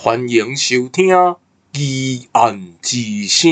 欢迎收听《疑案之声》。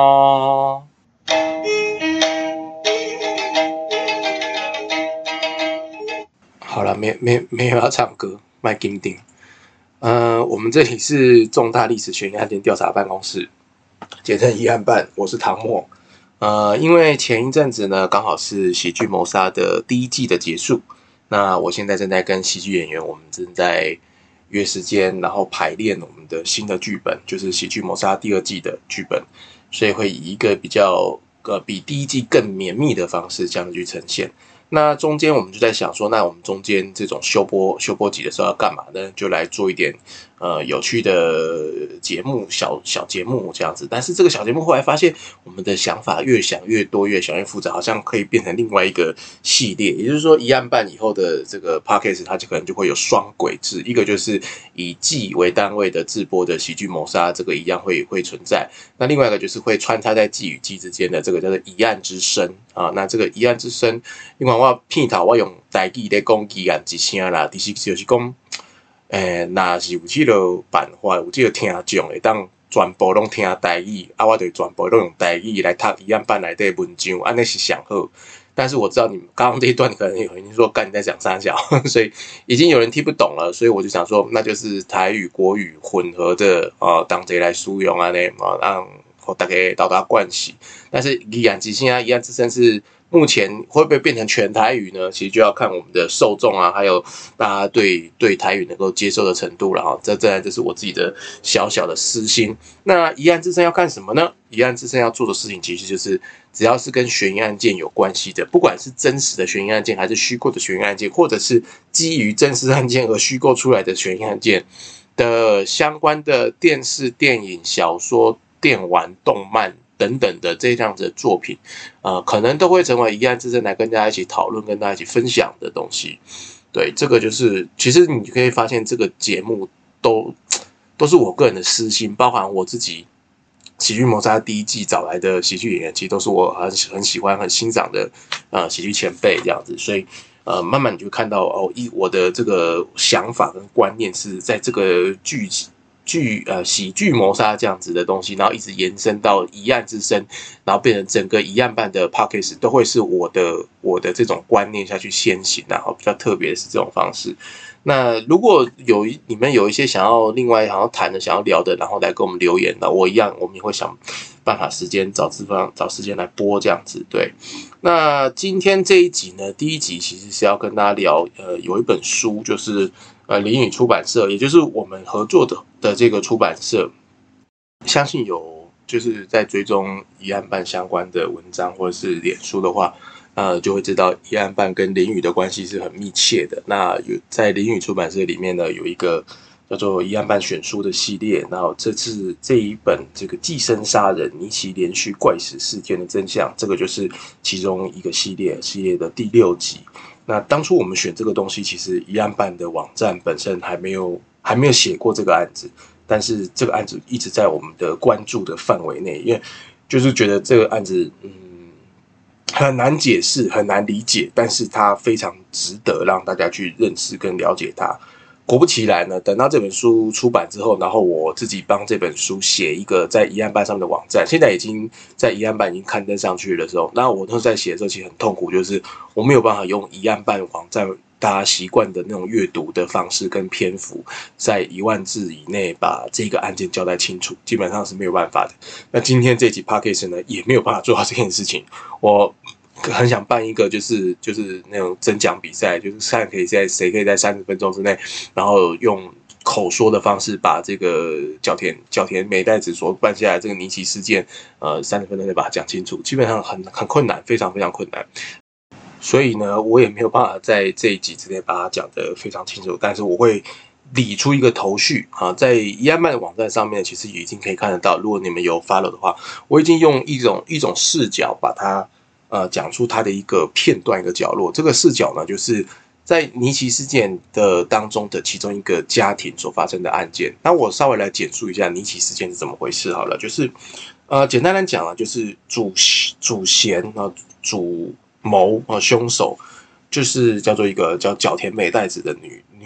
好了，没有要唱歌，卖紧张。我们这里是重大历史悬疑案件调查办公室，简称疑案办，我是唐默。因为前一阵子呢，刚好是喜剧谋杀的第一季的结束，那我现在正在跟喜剧演员，我们正在约时间，然后排练我们的新的剧本，就是喜剧谋杀第二季的剧本，所以会以一个比较比第一季更绵密的方式这样去呈现。那中间我们就在想说，那我们中间这种休播集的时候要干嘛呢？就来做一点有趣的节目，小节目这样子。但是这个小节目后来发现，我们的想法越想越多，越想越复杂，好像可以变成另外一个系列。也就是说，疑案办以后的这个 podcast 它就可能就会有双轨制，一个就是以季为单位的制播的喜剧谋杀，这个一样会存在。那另外一个就是会穿插在季与季之间的这个叫做疑案之声啊。那这个疑案之声，另外我片头我用台语在讲疑案之声啦，其实就是讲，若是有这个办法，有这个听众会当全部拢听台语，我就全部拢用台语来读疑案办内底文章，安尼是上好。但是我知道你们刚刚这一段可能有人说干你在讲三小，所以已经有人听不懂了，所以我就想说，那就是台语国语混合的当这来使用啊，让大家到达惯习。但是疑案之声啊，疑案之声是目前会不会变成全台语呢？其实就要看我们的受众啊，还有大家对台语能够接受的程度了哈。这是我自己的小小的私心。那疑案之声要干什么呢？疑案之声要做的事情其实就是只要是跟悬疑案件有关系的，不管是真实的悬疑案件，还是虚构的悬疑案件，或者是基于真实案件而虚构出来的悬疑案件的相关的电视、电影、小说、电玩、动漫等等的这样子的作品，可能都会成为疑案之声来跟大家一起讨论、跟大家一起分享的东西。对，这个就是其实你可以发现这个节目都是我个人的私心，包含我自己喜剧谋杀第一季找来的喜剧演员，其实都是我很喜欢、很欣赏的喜剧前辈这样子，所以慢慢你就看到我的这个想法跟观念是在这个喜剧谋杀这样子的东西，然后一直延伸到疑案之声，然后变成整个疑案办的 podcast 都会是我的这种观念下去先行，然后比较特别的是这种方式。那如果你们有一些想要另外想要谈的、想要聊的，然后来跟我们留言，那我一样，我们也会想办法找时间来播这样子。对，那今天这一集呢，第一集其实是要跟大家聊，有一本书就是林语出版社，也就是我们合作的这个出版社，相信有就是在追踪疑案办相关的文章或者是脸书的话。就会知道疑案办跟林语的关系是很密切的。那在林语出版社里面呢，有一个叫做疑案办选书的系列。然后这一本这个寄生杀人尼奇连续怪死4天的真相，这个就是其中一个系列的第6集。那当初我们选这个东西，其实疑案办的网站本身还没有写过这个案子，但是这个案子一直在我们的关注的范围内，因为就是觉得这个案子很难解释，很难理解，但是它非常值得让大家去认识跟了解它。果不其然呢，等到这本书出版之后，然后我自己帮这本书写一个在疑案办上面的网站，现在已经在疑案办已经刊登上去的时候，那我那时候在写的时候其实很痛苦，就是我没有办法用疑案办网站大家习惯的那种阅读的方式跟篇幅，在1万字以内把这个案件交代清楚，基本上是没有办法的。那今天这集 podcast 呢，也没有办法做到这件事情。我很想办一个就是那种征奖比赛，就是看谁可以在30分钟之内，然后用口说的方式把这个角田美代子所办下来这个尼奇事件，30分钟内把它讲清楚，基本上很困难，非常非常困难。所以呢，我也没有办法在这一集之内把它讲得非常清楚，但是我会理出一个头绪啊，在疑案办的网站上面，其实已经可以看得到。如果你们有 follow 的话，我已经用一种视角把它讲出它的一个片段一个角落。这个视角呢，就是在尼奇事件的当中的其中一个家庭所发生的案件。那我稍微来简述一下尼奇事件是怎么回事好了，就是简单来讲啊，就是主嫌啊主谋凶手就是叫做一个叫角田美代子的女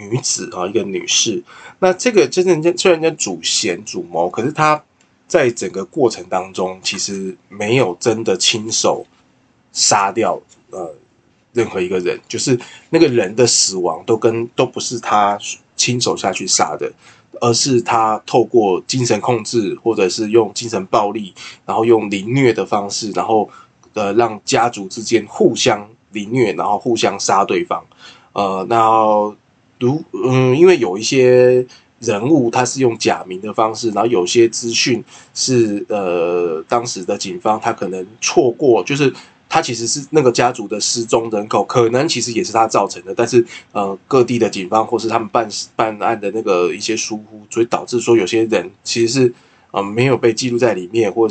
女子啊，一个女士。那这个真正虽然叫主嫌主谋，可是她在整个过程当中，其实没有真的亲手杀掉任何一个人，就是那个人的死亡都不是他亲手下去杀的，而是他透过精神控制，或者是用精神暴力，然后用凌虐的方式，然后让家族之间互相凌虐，然后互相杀对方。那因为有一些人物他是用假名的方式，然后有些资讯是当时的警方他可能错过，就是他其实是那个家族的失踪人口，可能其实也是他造成的，但是各地的警方或是他们办案的那个一些疏忽，所以导致说有些人其实是没有被记录在里面，或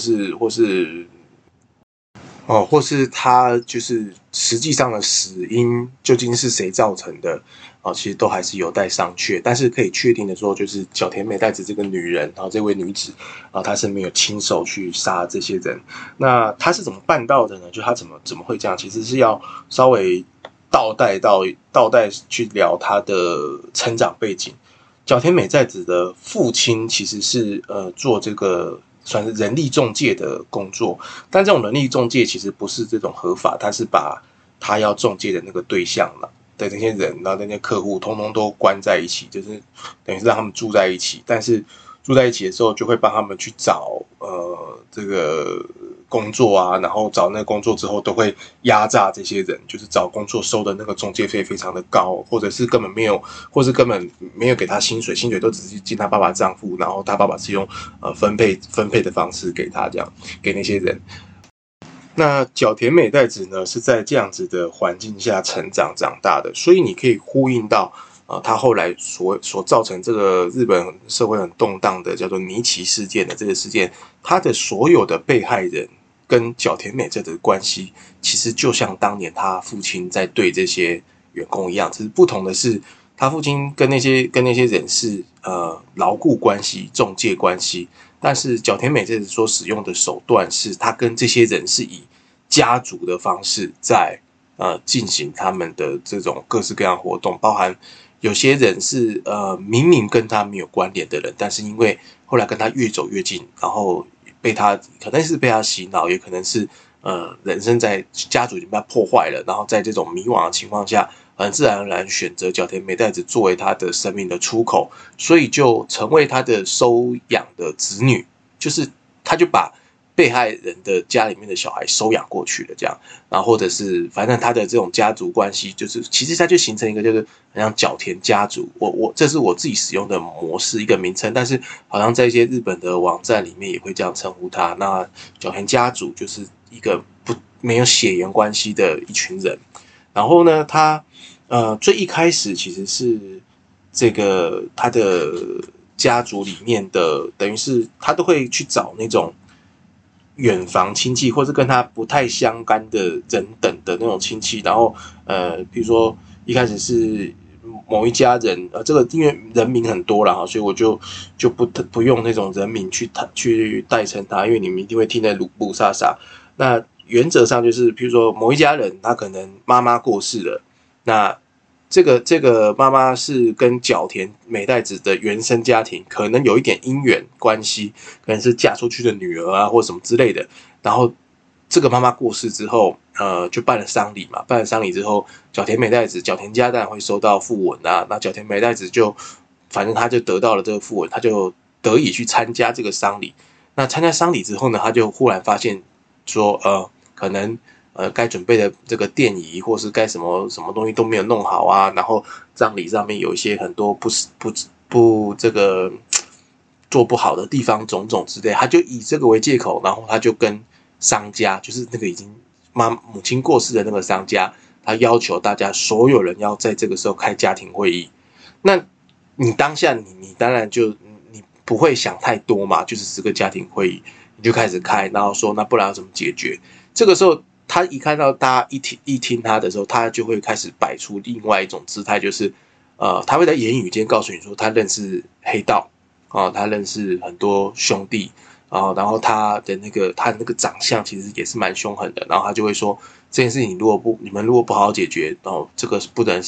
是他就是实际上的死因究竟是谁造成的其实都还是有待商榷。但是可以确定的说，就是角田美代子这个女人，然后这位女子她是没有亲手去杀这些人。那她是怎么办到的呢？就她怎么会这样？其实是要稍微倒带去聊她的成长背景。角田美代子的父亲其实是做这个算是人力中介的工作，但这种人力中介其实不是这种合法，他是把他要中介的那个对象的那些人，然后那些客户通通都关在一起，就是等于是让他们住在一起，但是住在一起的时候就会帮他们去找这个工作啊，然后找那个工作之后都会压榨这些人，就是找工作收的那个中介费非常的高，或者是根本没有，或是根本没有给他薪水都只是进他爸爸账户，然后他爸爸是用分配的方式给他这样给那些人。那角田美代子呢是在这样子的环境下长大的，所以你可以呼应到他后来所造成这个日本社会很动荡的叫做尼奇事件的这个事件，他的所有的被害人跟角田美代子的关系，其实就像当年他父亲在对这些员工一样，只是不同的是，他父亲跟那些人是牢固关系、中介关系，但是角田美代子所使用的手段是，他跟这些人是以家族的方式在进行他们的这种各式各样活动，包含有些人是明明跟他没有关联的人，但是因为后来跟他越走越近，然后可能是被他洗脑，也可能是人生在家族里面被破坏了，然后在这种迷惘的情况下，很自然而然选择角田美代子作为他的生命的出口，所以就成为他的收养的子女，就是他就把被害人的家里面的小孩收养过去了，这样，然后或者是反正他的这种家族关系，就是其实他就形成一个就是很像角田家族，这是我自己使用的模式一个名称，但是好像在一些日本的网站里面也会这样称呼他。那角田家族就是一个没有血缘关系的一群人，然后呢，他最一开始其实是这个他的家族里面的，等于是他都会去找那种远房亲戚，或是跟他不太相干的人等的那种亲戚，然后比如说一开始是某一家人，这个因为人名很多了哈，所以我就不用那种人名去代称他，因为你们一定会听得鲁沙沙。那原则上就是，比如说某一家人，他可能妈妈过世了，那这个妈妈是跟角田美代子的原生家庭可能有一点姻缘关系，可能是嫁出去的女儿啊，或什么之类的。然后这个妈妈过世之后，就办了丧礼嘛。办了丧礼之后，角田家当然会收到讣文啊。那角田美代子反正他就得到了这个讣文，他就得以去参加这个丧礼。那参加丧礼之后呢，他就忽然发现说，可能该准备的这个奠仪或是该什么东西都没有弄好啊，然后葬礼上面有一些很多不这个做不好的地方种种之类，他就以这个为借口，然后他就跟商家，就是那个已经母亲过世的那个商家，他要求大家所有人要在这个时候开家庭会议。那你当下你当然就你不会想太多嘛，就是这个家庭会议你就开始开，然后说那不然要怎么解决？这个时候他一看到大家一听他的时候，他就会开始摆出另外一种姿态，就是他会在言语间告诉你说他认识黑道他认识很多兄弟然后他那个长相其实也是蛮凶狠的，然后他就会说这件事情你们如果不好好解决，这个不能是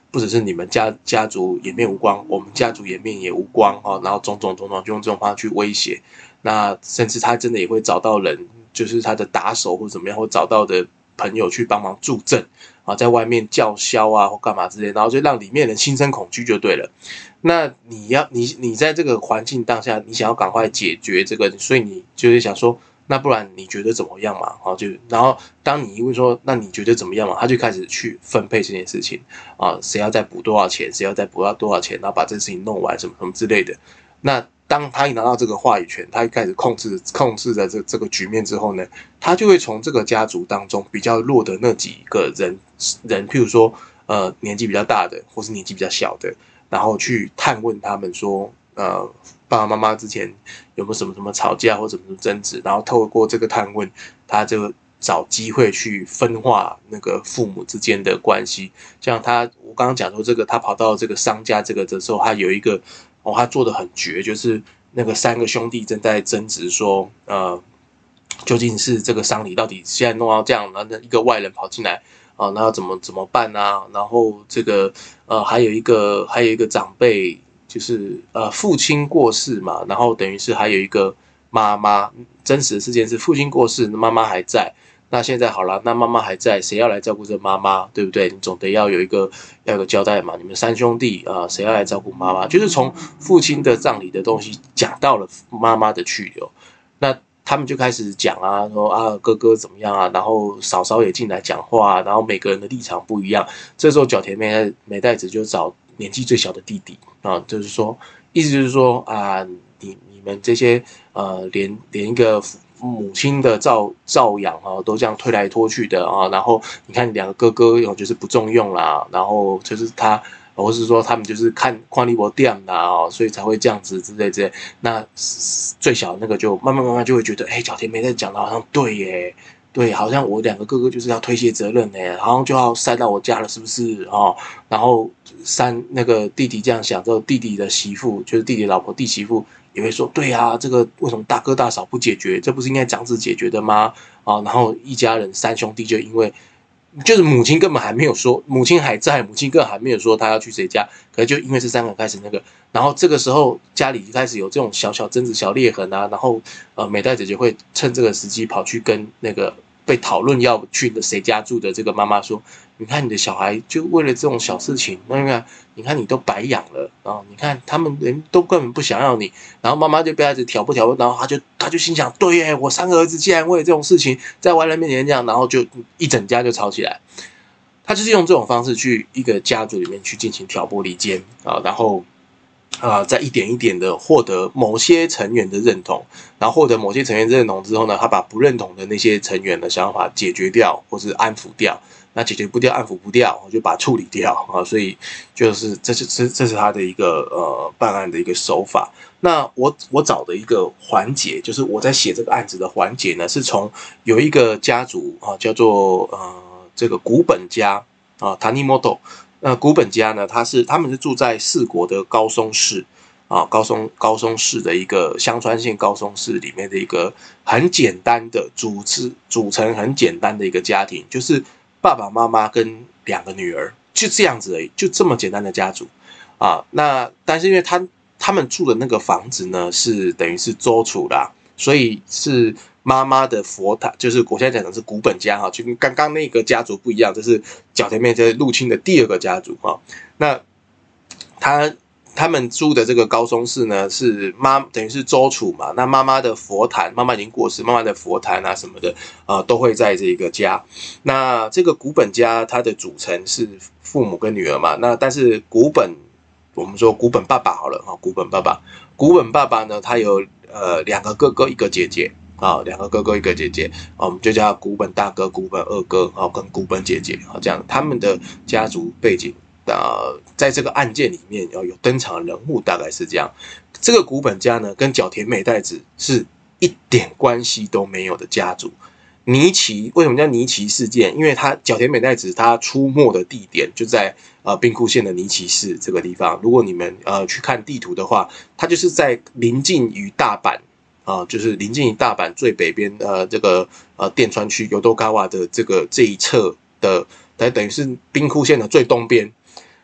不只是你们家族颜面无光，我们家族颜面也无光哦，然后种种，就用这种方式去威胁。那甚至他真的也会找到人，就是他的打手或怎么样，或找到的朋友去帮忙助阵啊，在外面叫嚣啊或干嘛之类，然后就让里面人心生恐惧就对了。那你在这个环境当下，你想要赶快解决这个，所以你就是想说，那不然你觉得怎么样嘛？然后当你问说，那你觉得怎么样嘛？他就开始去分配这件事情啊，谁要再补多少钱，谁要再补到多少钱，然后把这事情弄完，什么什么之类的。那当他一拿到这个话语权，他一开始控制着这个局面之后呢，他就会从这个家族当中比较弱的那几个人，譬如说年纪比较大的，或是年纪比较小的，然后去探问他们说，爸爸妈妈之前有没有什么吵架或什么争执，然后透过这个探问，他就找机会去分化那个父母之间的关系。像我刚刚讲说这个，他跑到这个商家这个的时候，他有一个他做的很绝，就是那个3个兄弟正在争执说，究竟是这个丧礼到底现在弄到这样，然后一个外人跑进来啊，那要怎么办啊？然后这个还有一个长辈，就是父亲过世嘛，然后等于是还有一个妈妈，真实的事件是父亲过世，妈妈还在。那现在好了，那妈妈还在，谁要来照顾这妈妈，对不对？你总得要有一个交代嘛。你们3兄弟啊，谁要来照顾妈妈？就是从父亲的葬礼的东西讲到了妈妈的去留。那他们就开始讲啊，说啊哥哥怎么样啊，然后嫂嫂也进来讲话啊，然后每个人的立场不一样。这时候角田美代子就找年纪最小的弟弟啊，就是说，意思就是说啊，你们这些连一个母亲的照养啊，都这样推来拖去的啊，然后你看2个哥哥就是不重用啦，然后就是他。或是说他们就是看力博店啦，所以才会这样子之类。那最小的那个就慢慢就会觉得，角田美在讲的好像对耶，对，好像我2个哥哥就是要推卸责任耶，好像就要塞到我家了，是不是哦？然后那个弟弟这样想之后，弟弟的媳妇就是弟弟老婆弟媳妇也会说，对啊，这个为什么大哥大嫂不解决？这不是应该长子解决的吗？啊，然后一家人3兄弟就因为。就是母亲根本还没有说，母亲还在，母亲根本还没有说她要去谁家，可是就因为这3个开始那个，然后这个时候家里就开始有这种小争执、小裂痕啊，然后美代姐姐会趁这个时机跑去跟那个被讨论要去谁家住的这个妈妈说，你看你的小孩就为了这种小事情，你看你都白养了啊！你看他们人都根本不想要你，然后妈妈就被孩子挑拨，然后他就心想，对耶，我3个儿子竟然为了这种事情在外人面前这样，然后就一整家就吵起来。他就是用这种方式去一个家族里面去进行挑拨离间啊，然后再一点一点的获得某些成员的认同，然后获得某些成员认同之后呢，他把不认同的那些成员的想法解决掉，或是安抚掉。那解决不掉、安抚不掉，我就把它处理掉啊。所以就是这是他的一个办案的一个手法。那我找的一个环节，就是我在写这个案子的环节呢，是从有一个家族啊，叫做这个古本家啊 ，Tanimoto。古本家呢，他们是住在4国的高松市啊，高松市的一个香川县高松市里面的一个很简单的组成很简单的一个家庭，就是爸爸妈妈跟2个女儿，就这样子而已，就这么简单的家族啊。那但是因为他们住的那个房子呢，是等于是周处啦，所以是妈妈的佛塔，就是我现在讲的是古本家哈，就跟刚刚那个家族不一样，这是角田妹在入侵的第2个家族哈。那他们住的这个高松市呢，是等于是周处嘛，那妈妈的佛坛，妈妈已经过世，妈妈的佛坛啊什么的都会在这个家。那这个古本家它的组成是父母跟女儿嘛，那但是我们说古本爸爸好了哈，古本爸爸呢，他有2个哥哥1个姐姐啊，2个哥哥1个姐姐，我们就叫古本大哥、古本二哥啊，跟古本姐姐啊，这样他们的家族背景在这个案件里面有登场的人物大概是这样。这个古本家呢，跟角田美代子是一点关系都没有的家族。尼奇为什么叫尼奇事件？因为角田美代子他出没的地点就在兵库县的尼奇市这个地方。如果你们去看地图的话，它就是在临近于大阪就是临近于大阪最北边这个电川区尤多嘎瓦的这一侧的，等于是兵库县的最东边。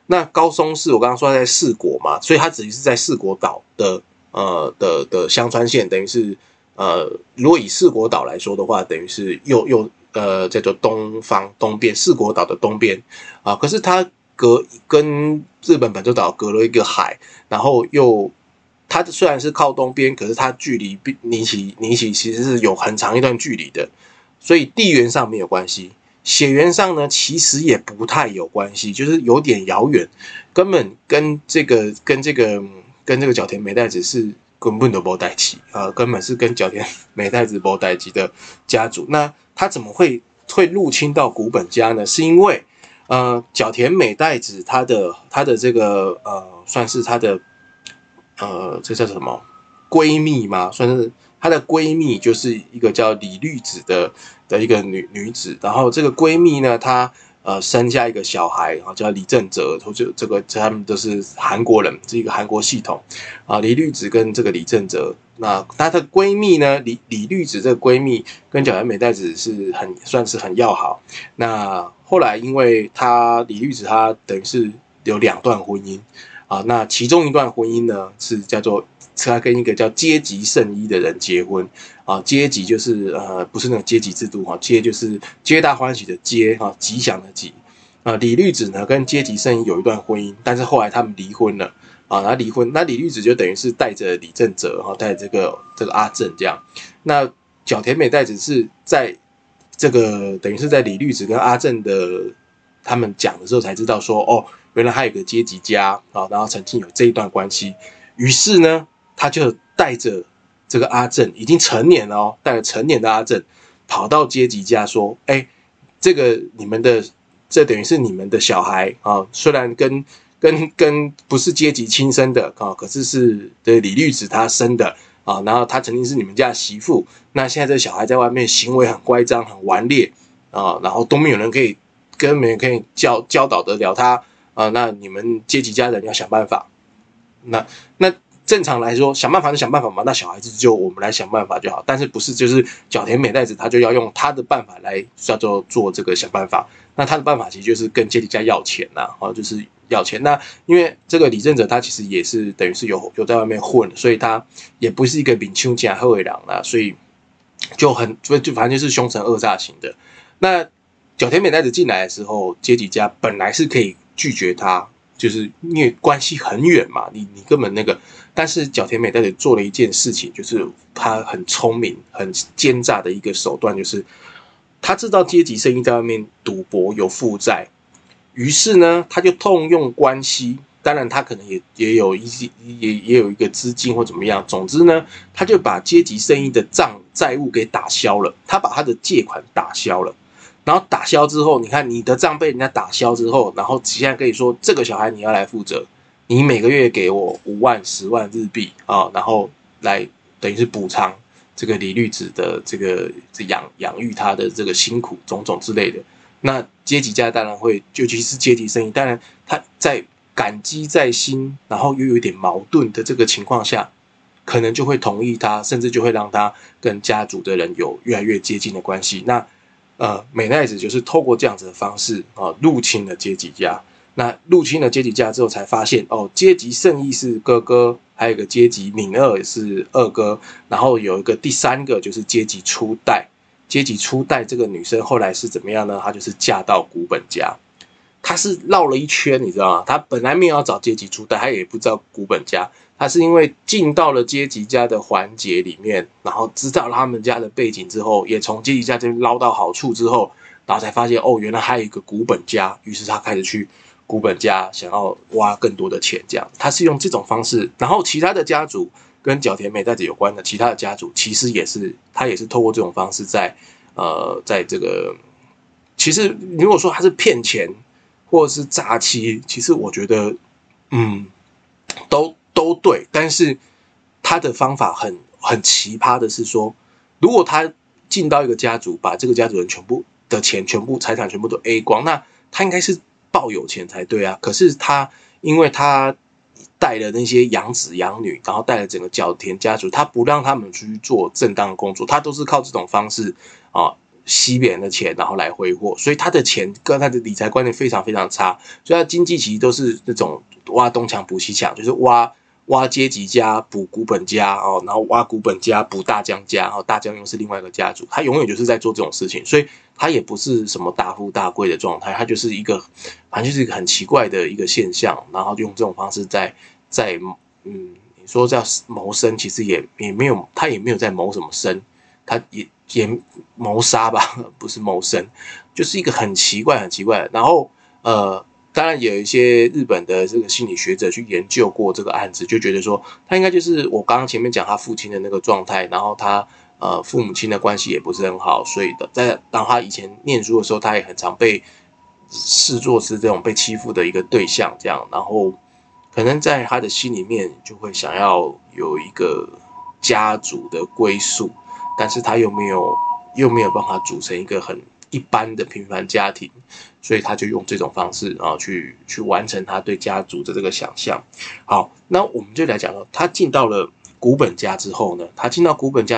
那高松市我刚刚说它在四国嘛，所以它只是在四国岛的香川县，等于是如果以四国岛来说的话，等于是又叫做东边四国岛的东边啊，可是它跟日本本州岛隔了一个海，然后它虽然是靠东边，可是它距离尼奇其实是有很长一段距离的，所以地缘上没有关系，血缘上呢其实也不太有关系，就是有点遥远，根本跟这个角田美代子是根本都没代齐啊，根本是跟角田美代子没代齐的家族。那他怎么会入侵到古本家呢？是因为角田美代子她的这个算是她的这叫什么闺蜜吗？算是她的闺蜜，就是一个叫李绿子的一个女子。然后这个闺蜜呢，她生下一个小孩，然后叫李正哲，这个他们都是韩国人，是一个韩国系统啊。李绿子跟这个李正哲，那她的闺蜜呢，李绿子这个闺蜜跟角田美代子算是很要好。那后来因为李绿子她等于是有2段婚姻啊，那其中一段婚姻呢是他跟一个叫阶级圣一的人结婚啊，阶级就是不是那个阶级制度哈，阶就是皆大欢喜的阶啊，吉祥的吉啊。李绿子呢跟阶级圣一有一段婚姻，但是后来他们离婚了啊，那离婚，那李绿子就等于是带着李正哲哈，带着这个阿正这样。那角田美代子是在这个等于是在李绿子跟阿正的他们讲的时候才知道说，哦，原来还有个阶级家啊，然后曾经有这一段关系，于是呢。他就带着这个阿正已经成年了哦，带着成年的阿正跑到阶级家说：“哎，这个这等于是你们的小孩啊，虽然跟不是阶级亲生的啊，可是李绿子他生的啊，然后他曾经是你们家的媳妇，那现在这小孩在外面行为很乖张、很顽劣啊，然后都没有人可以教导得了他啊，那你们阶级家人要想办法。那正常来说，想办法就想办法嘛，那小孩子就我们来想办法就好。但是不是就是角田美代子，他就要用他的办法来叫做做这个想办法。那他的办法其实就是跟阶级家要钱呐，就是要钱。那因为这个李正哲他其实也是等于是有在外面混，所以他也不是一个秉秋家后尾郎啦，所以就反正就是凶神恶煞型的。那角田美代子进来的时候，阶级家本来是可以拒绝他。就是因为关系很远嘛，你根本那个，但是角田美代子做了一件事情，就是他很聪明、很奸诈的一个手段，就是他知道阶级生意在外面赌博有负债，于是呢，他就动用关系，当然他可能也有一个资金或怎么样，总之呢，他就把阶级生意的债务给打消了，他把他的借款打消了。然后打消之后，你看你的账被人家打消之后，然后现在可以说这个小孩你要来负责，你每个月给我5万、10万日币啊，然后来等于是补偿这个李绿子的这个养育他的这个辛苦种种之类的。那阶级家当然会，尤其是阶级生意，当然他在感激在心，然后又有点矛盾的这个情况下，可能就会同意他，甚至就会让他跟家族的人有越来越接近的关系。那美代子就是透过这样子的方式入侵了阶级家。那入侵了阶级家之后，才发现哦，阶级圣义是哥哥，还有一个阶级敏二是二哥，然后有一个第3个就是阶级初代。阶级初代这个女生后来是怎么样呢？她就是嫁到古本家。她是绕了一圈，你知道吗？她本来没有要找阶级初代，她也不知道古本家。他是因为进到了阶级家的环节里面，然后知道了他们家的背景之后，也从阶级家这边捞到好处之后，然后才发现哦，原来还有一个古本家，于是他开始去古本家想要挖更多的钱，这样他是用这种方式。然后其他的家族跟角田美代子有关的其他的家族，其实他也是透过这种方式在这个，其实如果说他是骗钱或者是诈欺，其实我觉得都对，但是他的方法很奇葩的是说，如果他进到一个家族，把这个家族人全部的钱、财产全部都 A 光，那他应该是爆有钱才对啊。可是因为他带了那些养子养女，然后带了整个角田家族，他不让他们去做正当的工作，他都是靠这种方式吸别人的钱，然后来挥霍，所以他的钱跟他的理财观念非常非常差，所以他经济其实都是那种挖东墙补西墙，就是挖阶级家补股本家哦，然后挖股本家补大江家，哦，大江又是另外一个家族，他永远就是在做这种事情，所以他也不是什么大富大贵的状态，他就是一个反正就是一个很奇怪的一个现象，然后用这种方式在你说叫谋生，其实也没有，他也没有在谋什么生，他也谋杀吧，不是谋生，就是一个很奇怪很奇怪的，然后当然有一些日本的这个心理学者去研究过这个案子，就觉得说他应该就是我刚刚前面讲他父亲的那个状态，然后他父母亲的关系也不是很好，所以当他以前念书的时候，他也很常被视作是这种被欺负的一个对象，这样，然后可能在他的心里面就会想要有一个家族的归宿，但是他又没有办法组成一个很一般的平凡家庭，所以他就用这种方式去完成他对家族的这个想象。好，那我们就来讲到他进到了古本家之后呢，他进到古本家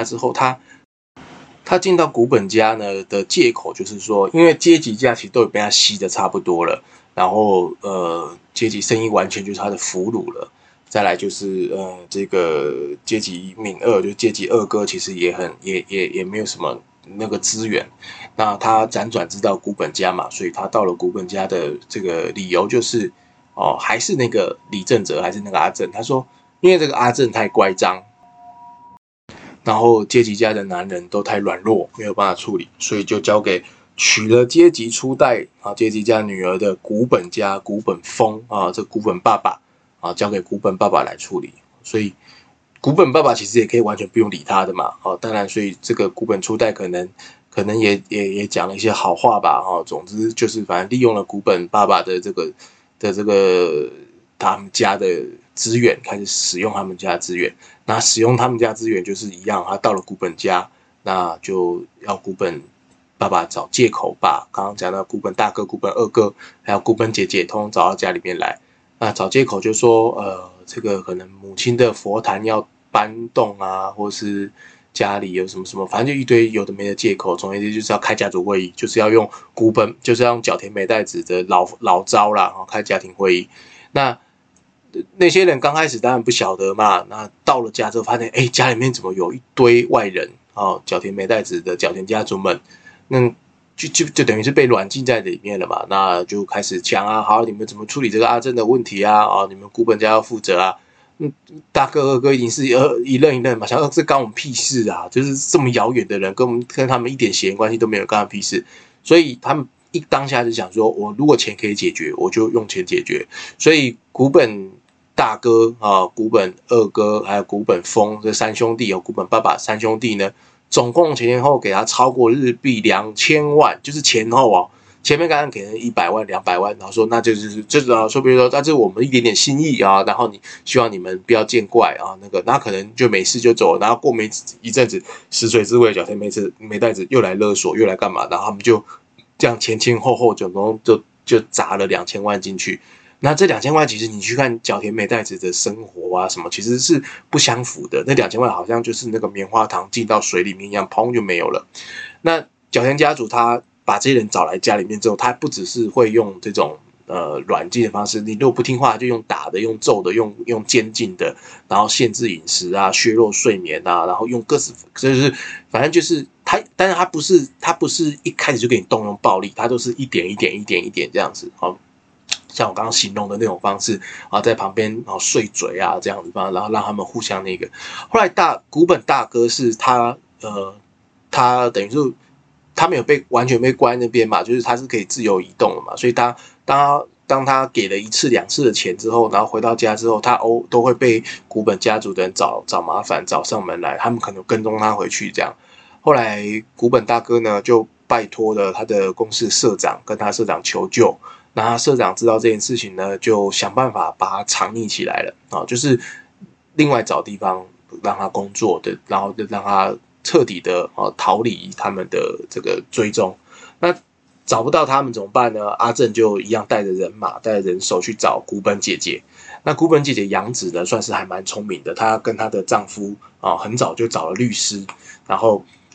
呢的借口就是说，因为阶级家其实都被他吸的差不多了，然后阶级生意完全就是他的俘虏了。再来就是这个阶级泯二，就阶级二哥，其实也没有什么那个资源。那他辗转知道古本家嘛，所以他到了古本家的这个理由就是还是那个李正哲，还是那个阿正。他说，因为这个阿正太乖张，然后阶级家的男人都太软弱，没有办法处理，所以就交给娶了阶级初代阶级家女儿的古本家古本丰这古本爸爸交给古本爸爸来处理。所以古本爸爸其实也可以完全不用理他的嘛当然，所以这个古本初代可能也讲了一些好话吧总之就是反正利用了古本爸爸的这个他们家的资源，开始使用他们家的资源。那使用他们家资源就是一样，他到了古本家，那就要古本爸爸找借口把刚刚讲到古本大哥、古本二哥还有古本姐姐通通找到家里面来。那找借口就说这个可能母亲的佛坛要搬动啊，或是家里有什么什么，反正就一堆有的没的借口。总而言之就是要开家族会议，就是要用古本，就是要用角田美代子的老招啦，开家庭会议。那些人刚开始当然不晓得嘛，那到了家之后发现，家里面怎么有一堆外人角田美代子的角田家族们，那就等于是被软禁在里面了嘛，那就开始讲好，你们怎么处理这个阿正的问题你们古本家要负责大哥二哥一定是一任一任嘛，想说这干我们屁事啊，就是这么遥远的人，跟他们一点血缘关系都没有，干他们屁事，所以他们当下就想说，我如果钱可以解决，我就用钱解决，所以古本大哥古本二哥还有古本丰这三兄弟古本爸爸三兄弟呢，总共前后给他超过日币2000万，就是前后前面刚刚给人100万、200万，然后说那就是说，比如说，那这是我们一点点心意然后希望你们不要见怪那可能就没事就走了，然后过没一阵子，食髓知味角田美代子又来勒索，又来干嘛，然后他们就这样前后总共就砸了2000万进去。那这2000万其实你去看角田美代子的生活什么，其实是不相符的。那2000万好像就是那个棉花糖进到水里面一样，砰就没有了。那角田家族他把这些人找来家里面之后，他不只是会用这种软禁的方式，你如果不听话就用打的、用揍的、用监禁的，然后限制饮食削弱睡眠然后用各式就是反正就是他，但是他不是一开始就给你动用暴力，他都是一点这样子像我刚刚形容的那种方式在旁边碎嘴这样子然后让他们互相那个。后来古本大哥是他等于是他没有完全被关在那边嘛，就是他是可以自由移动的嘛，所以当他给了1次2次的钱之后，然后回到家之后，他都会被古本家族的人找麻烦，找上门来，他们可能跟踪他回去这样。后来古本大哥呢就拜托了他的公司社长，跟他社长求救。那他社长知道这件事情呢，就想办法把他藏匿起来了就是另外找地方让他工作的，然后就让他彻底的逃离他们的这个追踪。那找不到他们怎么办呢？阿正就一样带着人马、带着人手去找古本姐姐。那古本姐姐杨子呢，算是还蛮聪明的，她跟她的丈夫很早就找了律师，然后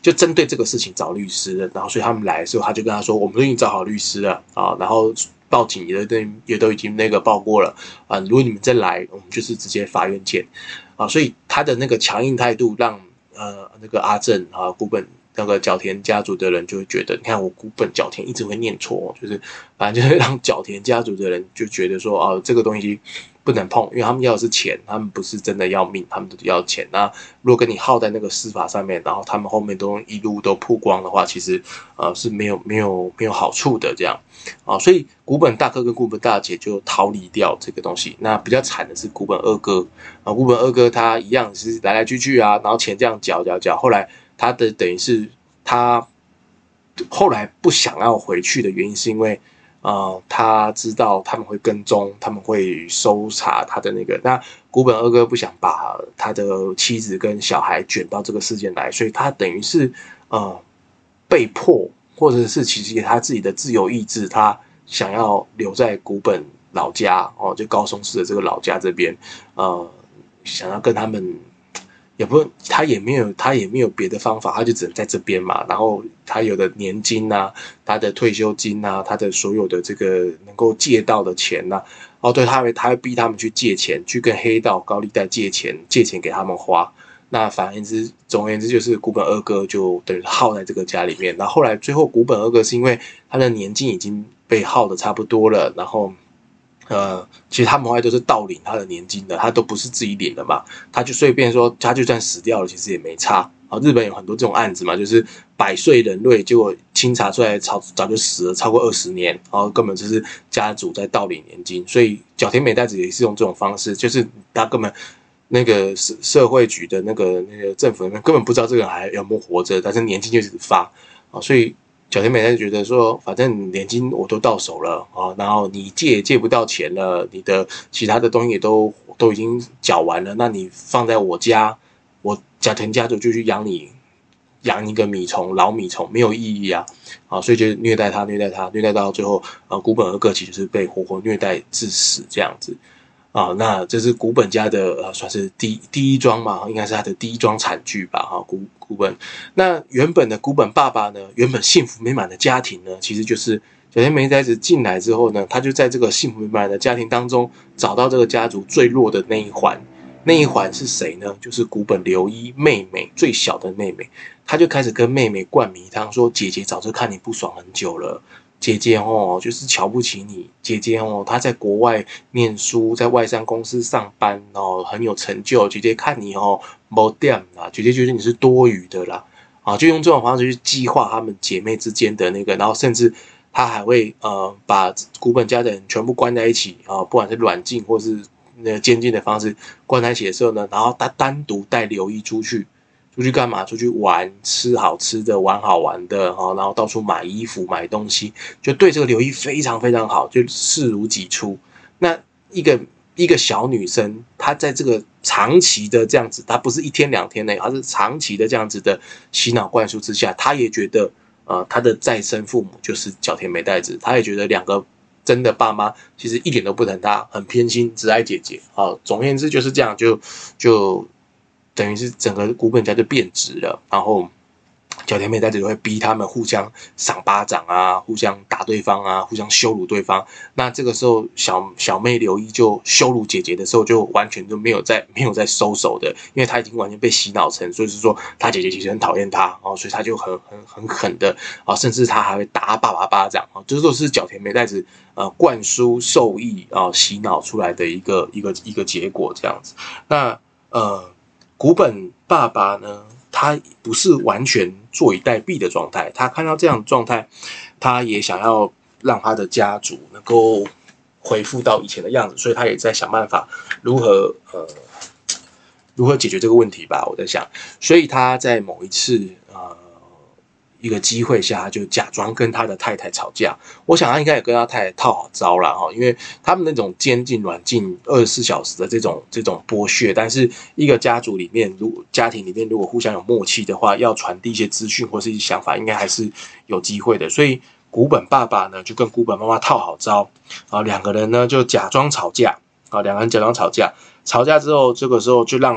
就针对这个事情找律师了。然后所以他们来的时候，他就跟他说，我们都已经找好律师了啊，然后报警也都已经那个报过了啊，如果你们再来，我们就是直接法院见啊。所以他的那个强硬态度让那个阿正啊古本那个角田家族的人就会觉得，你看我古本角田一直会念错，就是反正就是让角田家族的人就觉得说，哦，这个东西不能碰，因为他们要的是钱，他们不是真的要命，他们都要钱。那如果跟你耗在那个司法上面，然后他们后面都一路都曝光的话，其实是没有好处的这样啊。所以古本大哥跟古本大姐就逃离掉这个东西。那比较惨的是古本二哥啊，古本二哥他一样是来来去去啊，然后钱这样缴，后来他的等于是他后来不想要回去的原因是因为。他知道他们会跟踪，他们会搜查他的那个。那古本二哥不想把他的妻子跟小孩卷到这个事件来，所以他等于是被迫，或者是其实他自己的自由意志，他想要留在古本老家哦，就高松市的这个老家这边，想要跟他们。也不，他也没有别的方法，他就只能在这边嘛。然后他有的年金啊，他的退休金啊，他的所有的这个能够借到的钱啊，哦，对，他会逼他们去借钱，去跟黑道高利贷借钱给他们花。那总而言之，就是古本二哥就等于耗在这个家里面。然后后来最后古本二哥是因为他的年金已经被耗的差不多了，然后。其实他们后来都是盗领他的年金的，他都不是自己领的嘛，他就所以变成说，他就算死掉了，其实也没差。日本有很多这种案子嘛，就是百岁人瑞，结果清查出来早就死了超过20年，然后根本就是家族在盗领年金。所以角田美代子也是用这种方式，就是他根本那个社会局的那个政府根本不知道这个人还有没有活着，但是年金就一直发所以。角田美代子觉得说，反正年金我都到手了然后你借也借不到钱了，你的其他的东西也都已经缴完了，那你放在我家，我角田家族就去养一个老米虫没有意义啊，所以就虐待他，虐待到最后古本二哥其实是被活活虐待致死这样子。那这是古本家的算是第一桩嘛，应该是他的第一桩惨剧吧古本。那原本的古本爸爸呢，原本幸福美满的家庭呢，其实就是角田美代子进来之后呢，他就在这个幸福美满的家庭当中找到这个家族最弱的那一环。那一环是谁呢？就是古本流一妹妹，最小的妹妹。他就开始跟妹妹灌迷汤，说姐姐早就看你不爽很久了。姐姐就是瞧不起你。姐姐她在国外念书，在外商公司上班很有成就。姐姐看你没点啦，姐姐觉得你是多余的啦就用这种方式去激化他们姐妹之间的那个，然后甚至他还会把古本家的人全部关在一起不管是软禁或是那个监禁的方式关在一起的时候呢，然后他单独带刘一出去干嘛？出去玩，吃好吃的，玩好玩的然后到处买衣服、买东西，就对这个刘一非常非常好，就视如己出。那一个小女生，她在这个长期的这样子，她不是1天2天内，她是长期的这样子的洗脑灌输之下，她也觉得她的再生父母就是角田美代子，她也觉得两个真的爸妈其实一点都不疼她，很偏心，只爱姐姐总而言之就是这样，就等于是整个古本家就变质了，然后角田美代子就会逼他们互相赏巴掌啊，互相打对方啊，互相羞辱对方。那这个时候小妹刘一就羞辱姐姐的时候，就完全都没有在收手的，因为她已经完全被洗脑成，所以是说她姐姐其实很讨厌她所以她就很狠的甚至她还会打她爸爸巴掌这都是角田美代子灌输受益洗脑出来的一个结果这样子。那古本爸爸呢，他不是完全坐以待毙的状态，他看到这样的状态，他也想要让他的家族能够恢复到以前的样子，所以他也在想办法如何解决这个问题吧，我在想。所以他在某一次一个机会下，他就假装跟他的太太吵架。我想他应该也跟他太太套好招了因为他们那种监禁软禁24小时的这种剥削，但是一个家族里面，家庭里面如果互相有默契的话，要传递一些资讯或是一些想法，应该还是有机会的。所以古本爸爸呢就跟古本妈妈套好招两个人呢就假装吵架两个人假装吵架之后，这个时候就让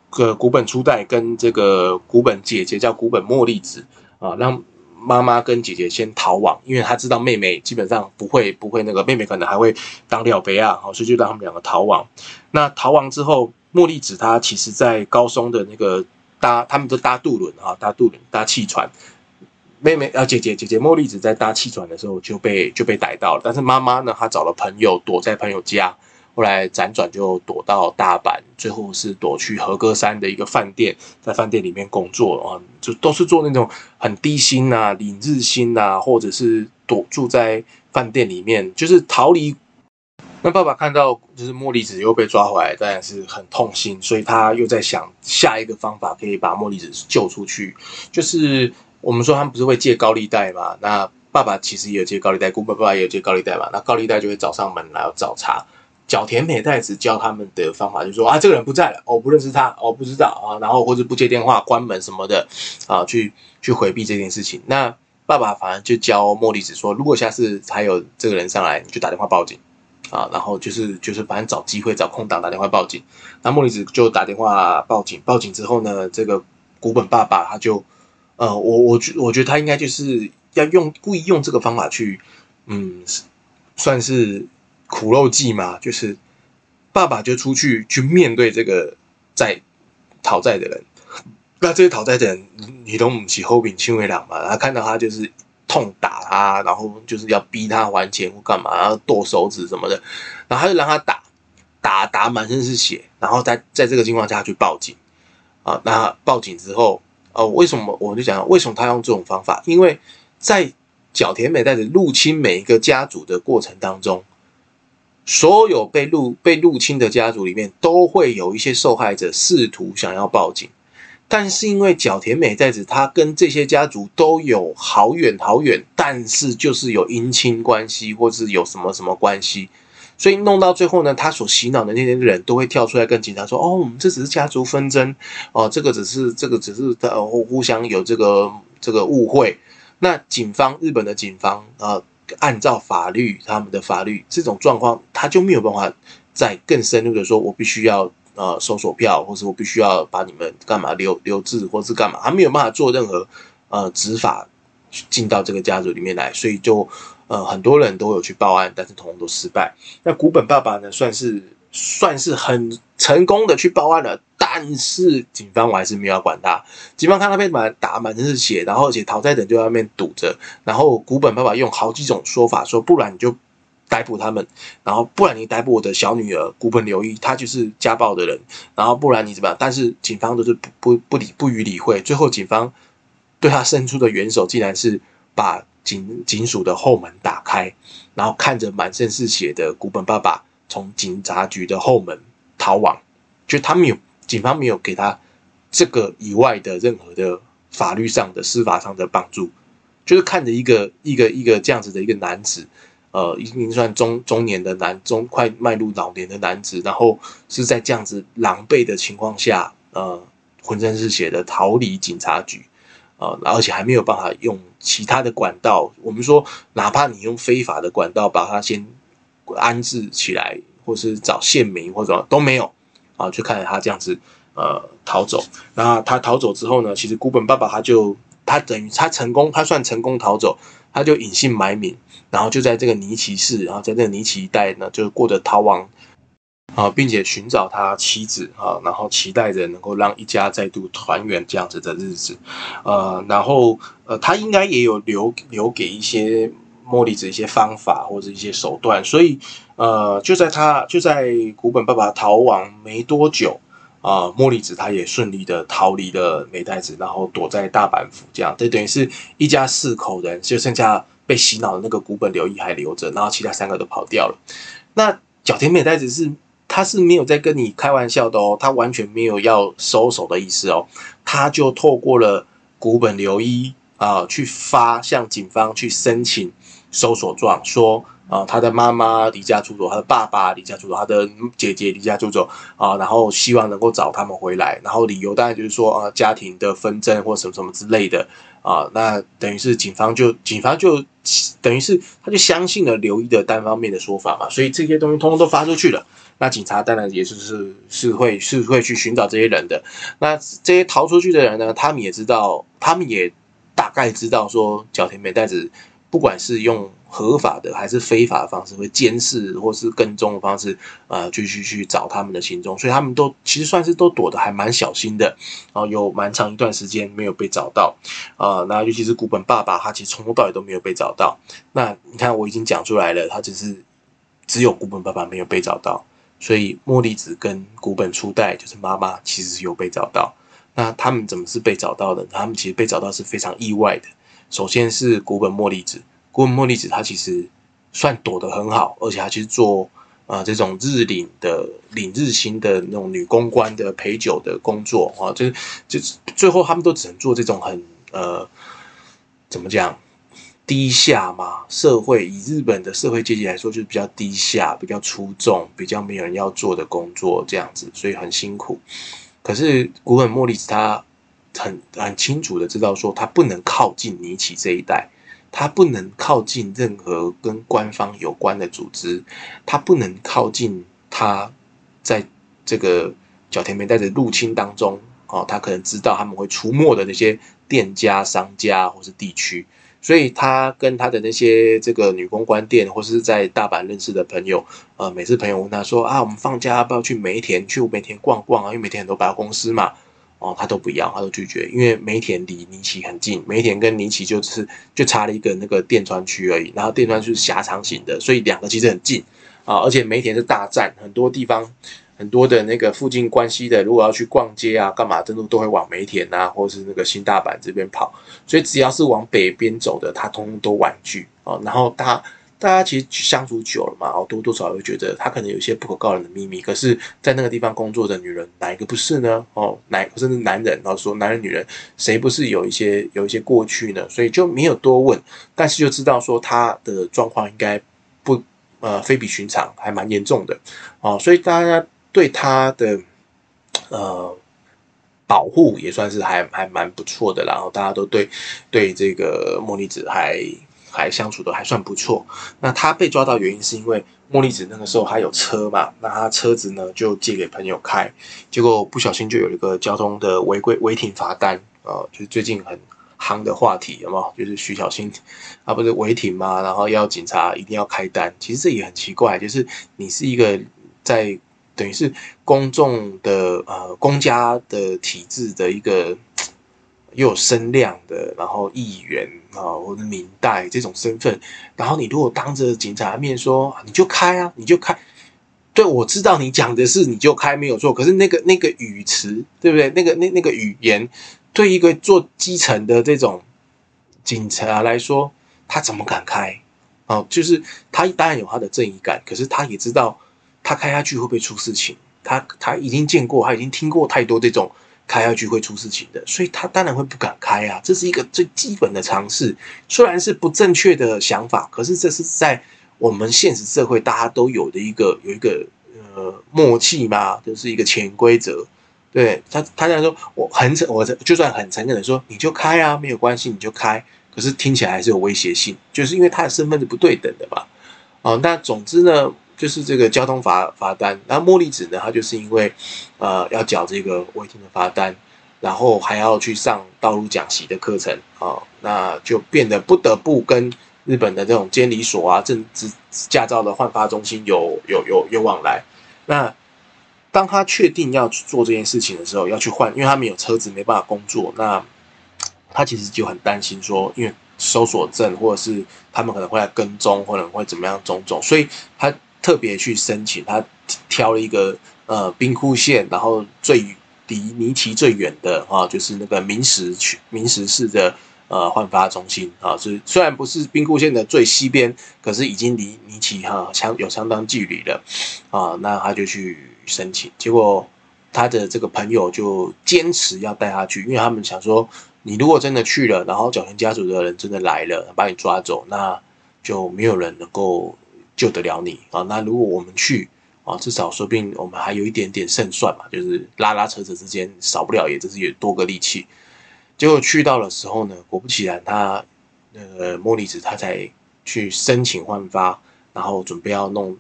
古本初代跟这个古本姐姐叫古本茉莉子啊，让妈妈跟姐姐先逃亡，因为她知道妹妹基本上不会那个，妹妹可能还会当廖杯啊，所以就让他们两个逃亡。那逃亡之后，茉莉子她其实在高松的那个他们都搭渡轮啊，搭汽船。姐姐茉莉子在搭汽船的时候就被逮到了，但是妈妈呢，她找了朋友躲在朋友家，后来辗转就躲到大阪，最后是躲去和歌山的一个饭店，在饭店里面工作啊，就都是做那种很低薪啊、领日薪啊，或者是住在饭店里面，就是逃离。那爸爸看到就是茉莉子又被抓回来，当然是很痛心，所以他又在想下一个方法可以把茉莉子救出去，就是我们说他们不是会借高利贷嘛？那爸爸其实也有借高利贷，古本爸爸也有借高利贷嘛？那高利贷就会找上门来要找茬。角田美代子教他们的方法就是说啊，这个人不在了，我不认识他，我不知道啊，然后或者不接电话、关门什么的啊，去回避这件事情。那爸爸反而就教茉莉子说，如果下次还有这个人上来，你就打电话报警。啊，然后就是反正找机会找空档打电话报警，那茉莉子就打电话报警，报警之后呢，这个古本爸爸他就，我觉得他应该就是要故意用这个方法去，算是苦肉计嘛，就是爸爸就出去面对这个讨债的人，那这些讨债的人你都不是后柄亲为郎嘛，他看到他就是痛打他，然后就是要逼他还钱或干嘛，然后剁手指什么的，然后他就让他打满身是血，然后在这个情况下去报警啊。那报警之后，为什么我就讲为什么他用这种方法？因为在角田美代子入侵每一个家族的过程当中，所有被入侵的家族里面，都会有一些受害者试图想要报警。但是因为角田美代子她跟这些家族都有好远，但是就是有姻亲关系或是有什么什么关系，所以弄到最后呢，他所洗脑的那些人都会跳出来跟警察说：“哦，我们这只是家族纷争，哦，这个只是互相有这个误会。”那日本的警方按照他们的法律，这种状况他就没有办法再更深入的说，我必须要。搜索票，或是我必须要把你们干嘛留置，或是干嘛，他没有办法做任何执法进到这个家族里面来，所以就很多人都有去报案，但是统统都失败。那古本爸爸呢，算是很成功的去报案了，但是警方我还是没有要管他。警方看他被打满身是血，然后而且讨债人就在那边堵着，然后古本爸爸用好几种说法说，不然你就逮捕他们，然后不然你逮捕我的小女儿古本流一，她就是家暴的人，然后不然你怎么样？但是警方都是不予理会，最后警方对他伸出的援手，竟然是把警署的后门打开，然后看着满身是血的古本爸爸从警察局的后门逃亡，就警方没有给他这个以外的任何的法律上的司法上的帮助，就是看着一个这样子的一个男子。已经算中年的快迈入老年的男子，然后是在这样子狼狈的情况下，浑身是血的逃离警察局，而且还没有办法用其他的管道。我们说，哪怕你用非法的管道把他先安置起来，或是找县民或者都没有啊，就看着他这样子逃走。那他逃走之后呢，其实古本爸爸他等于他算成功逃走，他就隐姓埋名。然后就在这个尼崎市，然后在这个尼崎一带呢，就过着逃亡并且寻找他妻子然后期待着能够让一家再度团圆这样子的日子。然后他应该也有留给一些茉莉子一些方法或者一些手段，所以就在古本爸爸逃亡没多久。茉莉子她也顺利的逃离了美代子，然后躲在大阪府，这样，这等于是一家4口人，就剩下被洗脑的那个古本流一还留着，然后其他3个都跑掉了。那角田美代子他是没有在跟你开玩笑的哦，他完全没有要收手的意思哦，他就透过了古本流一去向警方去申请搜索状，说他的妈妈离家出走，他的爸爸离家出走，他的姐姐离家出走然后希望能够找他们回来，然后理由当然就是说家庭的纷争或什么什么之类的那等于是警方就等于是他就相信了流一的单方面的说法嘛，所以这些东西通通都发出去了。 那警察当然也是会去寻找这些人的。那这些逃出去的人呢，他们也大概知道说角田美代子不管是用合法的还是非法的方式，会监视或是跟踪的方式，去找他们的行踪，所以他们都其实算是都躲得还蛮小心的，有蛮长一段时间没有被找到，那尤其是古本爸爸，他其实从头到尾都没有被找到。那你看我已经讲出来了，他只有古本爸爸没有被找到，所以茉莉子跟古本初代就是妈妈其实有被找到。那他们怎么是被找到的？他们其实被找到是非常意外的。首先是古本茉莉子，古本茉莉子她其实算躲得很好，而且她其实做这种领日薪的那种女公关的陪酒的工作啊，就是最后他们都只能做这种很怎么讲低下嘛，以日本的社会阶级来说，就是比较低下、比较出众、比较没有人要做的工作这样子，所以很辛苦。可是古本茉莉子她很清楚的知道说，她不能靠近尼奇这一代，她不能靠近任何跟官方有关的组织，她不能靠近她在这个角田美代子入侵当中，她可能知道他们会出没的那些店家、商家或是地区。所以他跟他的那些这个女公关店，或是在大阪认识的朋友，每次朋友问他说我们放假要不要去梅田逛逛啊？因为梅田很多百货公司嘛，他都不要，他都拒绝，因为梅田离尼奇很近，梅田跟尼奇就差了一个那个电川区而已，然后电川区是狭长型的，所以两个其实很近而且梅田是大站，很多地方。很多的那个附近关系的，如果要去逛街啊、干嘛，真的都会往梅田啊，或是那个新大阪这边跑。所以只要是往北边走的，他通通都婉拒然后大家其实相处久了嘛，多多少少会觉得他可能有一些不可告人的秘密。可是，在那个地方工作的女人，哪一个不是呢？甚至男人，说男人女人，谁不是有一些过去呢？所以就没有多问，但是就知道说他的状况应该不非比寻常，还蛮严重的所以大家对他的保护也算是还蛮不错的，然后大家都对这个茉莉子还相处的还算不错。那他被抓到原因是因为茉莉子那个时候还有车嘛，那他车子呢就借给朋友开，结果不小心就有一个交通的违停罚单就是最近很夯的话题，有没有？就是徐小新不是违停嘛，然后要警察一定要开单，其实这也很奇怪，就是你是一个在等于是公众的公家的体制的一个又有声量的，然后议员或者民代这种身份，然后你如果当着警察面说你就开啊，你就开，对我知道你讲的是你就开没有错，可是那个语词对不对？那个语言对一个做基层的这种警察来说，他怎么敢开？就是他当然有他的正义感，可是他也知道他开下去会不会出事情。他已经见过，他已经听过太多这种开下去会出事情的，所以他当然会不敢开啊。这是一个最基本的常识，虽然是不正确的想法，可是这是在我们现实社会大家都有一个默契嘛，就是一个潜规则。对他这样说，我就算很诚恳的说，你就开啊，没有关系，你就开。可是听起来还是有威胁性，就是因为他的身份是不对等的嘛。那总之呢，就是这个交通罚单。那茉莉子呢，她就是因为要缴这个违停的罚单，然后还要去上道路讲习的课程那就变得不得不跟日本的这种监理所啊、驾照的换发中心有往来。那当他确定要去做这件事情的时候，要去换，因为他没有车子，没办法工作。那他其实就很担心说，因为搜索证或者是他们可能会来跟踪，或者会怎么样种种，所以他特别去申请，他挑了一个兵库县，然后离尼奇最远的就是那个明石市的换发中心就是虽然不是兵库县的最西边，可是已经离尼奇有相当距离了那他就去申请，结果他的这个朋友就坚持要带他去，因为他们想说，你如果真的去了，然后角田家族的人真的来了，把你抓走，那就没有人能够救得了你那如果我们去至少说不定我们还有一点点胜算嘛，就是拉扯之间少不了也就是有多个力气。结果去到的时候呢，果不其然，他茉莉子他才去申请换发，然后准备要弄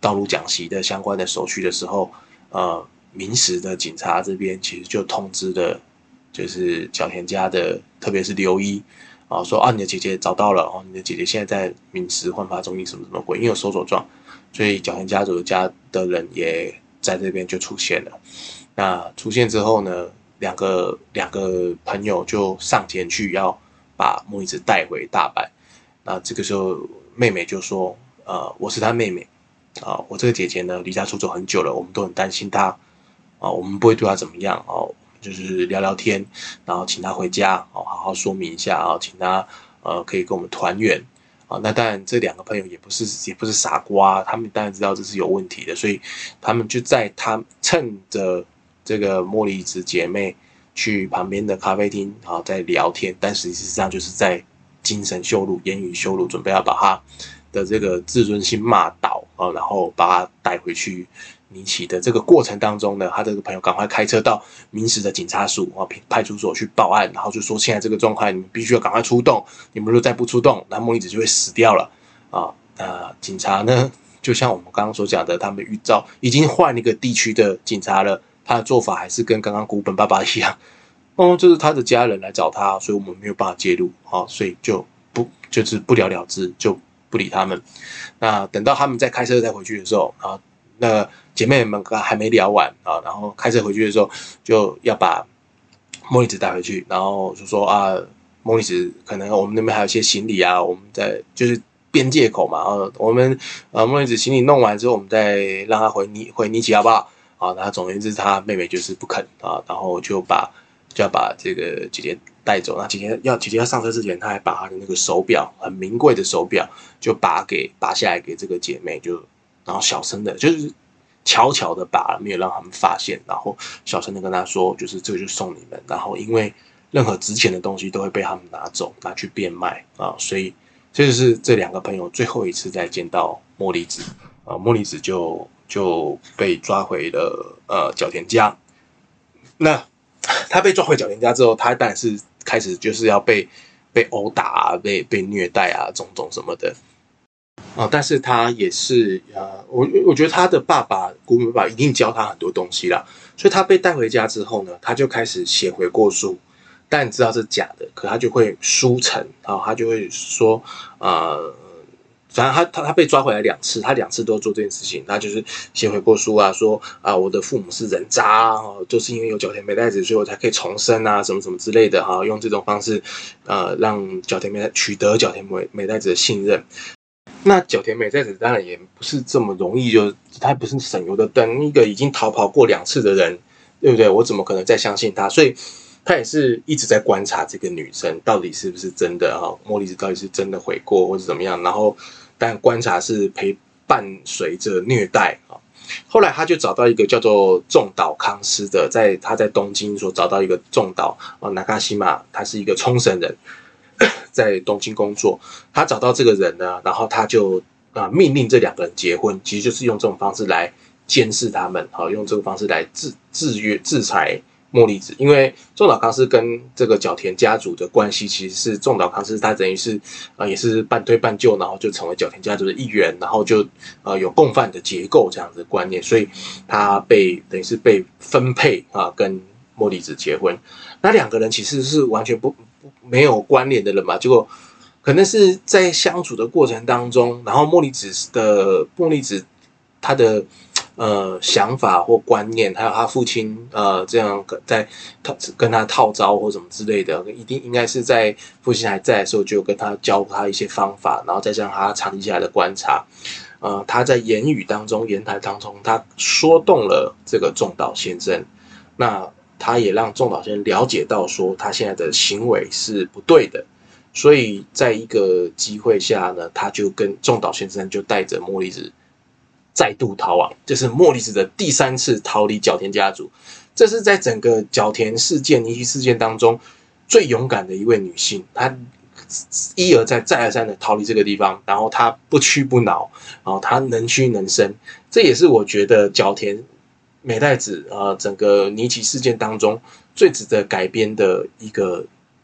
道路讲习的相关的手续的时候，民时的警察这边其实就通知了，就是角田家的，特别是刘一说你的姐姐找到了你的姐姐现在在民时换发中心什么什么鬼，因为有搜索状，所以角田家族家的人也在这边就出现了。那出现之后呢，两个朋友就上前去要把茉莉子带回大阪。那这个时候妹妹就说我是她妹妹我这个姐姐呢离家出走很久了，我们都很担心她我们不会对她怎么样就是聊聊天，然后请她回家好好说明一下请她可以跟我们团圆那当然这两个朋友也不是傻瓜，他们当然知道这是有问题的，所以他们就趁着这个茉莉子姐妹去旁边的咖啡厅在聊天，但实际上就是在精神羞辱、言语羞辱，准备要把她的这个自尊心骂倒然后把她带回去尼奇的这个过程当中呢，他这个朋友赶快开车到民时的警察署派出所去报案，然后就说现在这个状况你们必须要赶快出动，你们如果再不出动，那茉莉子就会死掉了那警察呢，就像我们刚刚所讲的，他们已经换了一个地区的警察了，他的做法还是跟刚刚古本爸爸一样就是他的家人来找他，所以我们没有办法介入所以就是不了了之，就不理他们。那等到他们再开车再回去的时候那姐妹们还没聊完然后开车回去的时候就要把茉莉子带回去，然后就说茉莉子可能我们那边还有一些行李我们在就是边界口嘛我们茉莉子行李弄完之后，我们再让她回尼奇好不好那总而言之，她妹妹就是不肯然后就要把这个姐姐带走。那姐姐要上车之前，她还把她的那个手表，很名贵的手表，就拔下来给这个姐妹，然后小声的，就是悄悄的拔，没有让他们发现，然后小声的跟她说，就是这个就送你们，然后因为任何值钱的东西都会被他们拿去变卖所以这就是这两个朋友最后一次再见到茉莉子茉莉子就被抓回了角田家。那他被抓回角田家之后，他当然是开始就是要被殴打被虐待种种什么的但是他也是我觉得他的古本爸爸一定教他很多东西啦，所以他被带回家之后呢，他就开始写悔过书，但你知道是假的，可他就会书成他就会说反正他被抓回来2次，他2次都做这件事情，他就是写悔过书说我的父母是人渣就是因为有角田美代子，所以我才可以重生什么什么之类的用这种方式让取得角田美代子的信任。那角田美代子当然也不是这么容易，他不是省油的灯，一个已经逃跑过2次的人，对不对？我怎么可能再相信他？所以他也是一直在观察这个女生到底是不是真的茉莉子到底是真的悔过或者怎么样，然后但观察是伴随着虐待后来他就找到一个叫做重岛康司的，他在东京所找到一个重岛中西马，他是一个冲绳人，在东京工作。他找到这个人呢，然后他就命令这2个人结婚，其实就是用这种方式来监视他们用这个方式来制裁茉莉子。因为重岛康司跟这个角田家族的关系，其实是重岛康司他等于是也是半推半就，然后就成为角田家族的一员，然后就有共犯的结构这样子的观念，所以他等于是被分配跟茉莉子结婚。那2个人其实是完全没有关联的人嘛，结果可能是在相处的过程当中，然后茉莉子她的想法或观念，还有他父亲这样在跟他套招或什么之类的，应该是在父亲还在的时候就跟他教他一些方法，然后再加上他长期下来的观察，他在言谈当中，他说动了这个重岛先生，那他也让重岛先生了解到说他现在的行为是不对的，所以在一个机会下呢，他就跟重岛先生就带着茉莉子再度逃亡，这是茉莉子的第3次逃离角田家族。这是在整个角田尼奇事件当中最勇敢的一位女性，她一而再再而三的逃离这个地方，然后她不屈不挠，然后她能屈能伸。这也是我觉得角田美代子整个尼奇事件当中最值得改编的一个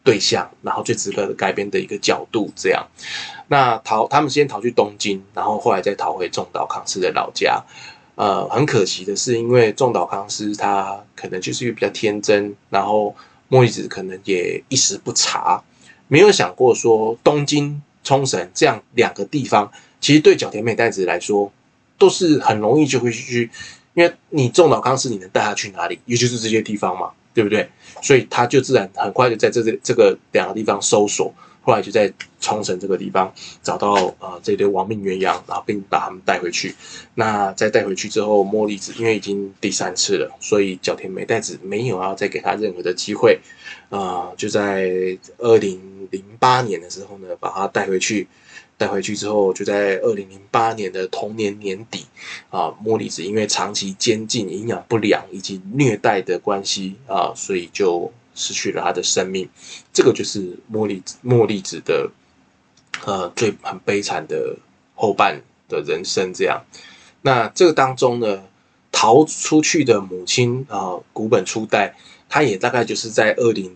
对象，然后最值得改编的一个角度这样。那他们先逃去东京，然后后来再逃回重岛康师的老家。很可惜的是，因为重岛康师他可能就是一个比较天真，然后莫莉子可能也一时不察，没有想过说东京、冲绳这样两个地方，其实对角田美代子来说都是很容易就会去，因为你重岛康师你能带他去哪里，也就是这些地方嘛，对不对？所以他就自然很快就在这个两个地方搜索。后来就在冲绳这个地方找到这对亡命鸳鸯，然后并把他们带回去。那在带回去之后，莫莉子因为已经第3次了，所以角田美代子没有要再给他任何的机会。就在2008年的时候呢，把他带回去。带回去之后，就在2008年的同年年底莫莉子因为长期监禁、营养不良以及虐待的关系所以就失去了他的生命。这个就是莫莉子的最很悲惨的后半的人生这样。那这个当中呢，逃出去的母亲古本初代，他也大概就是在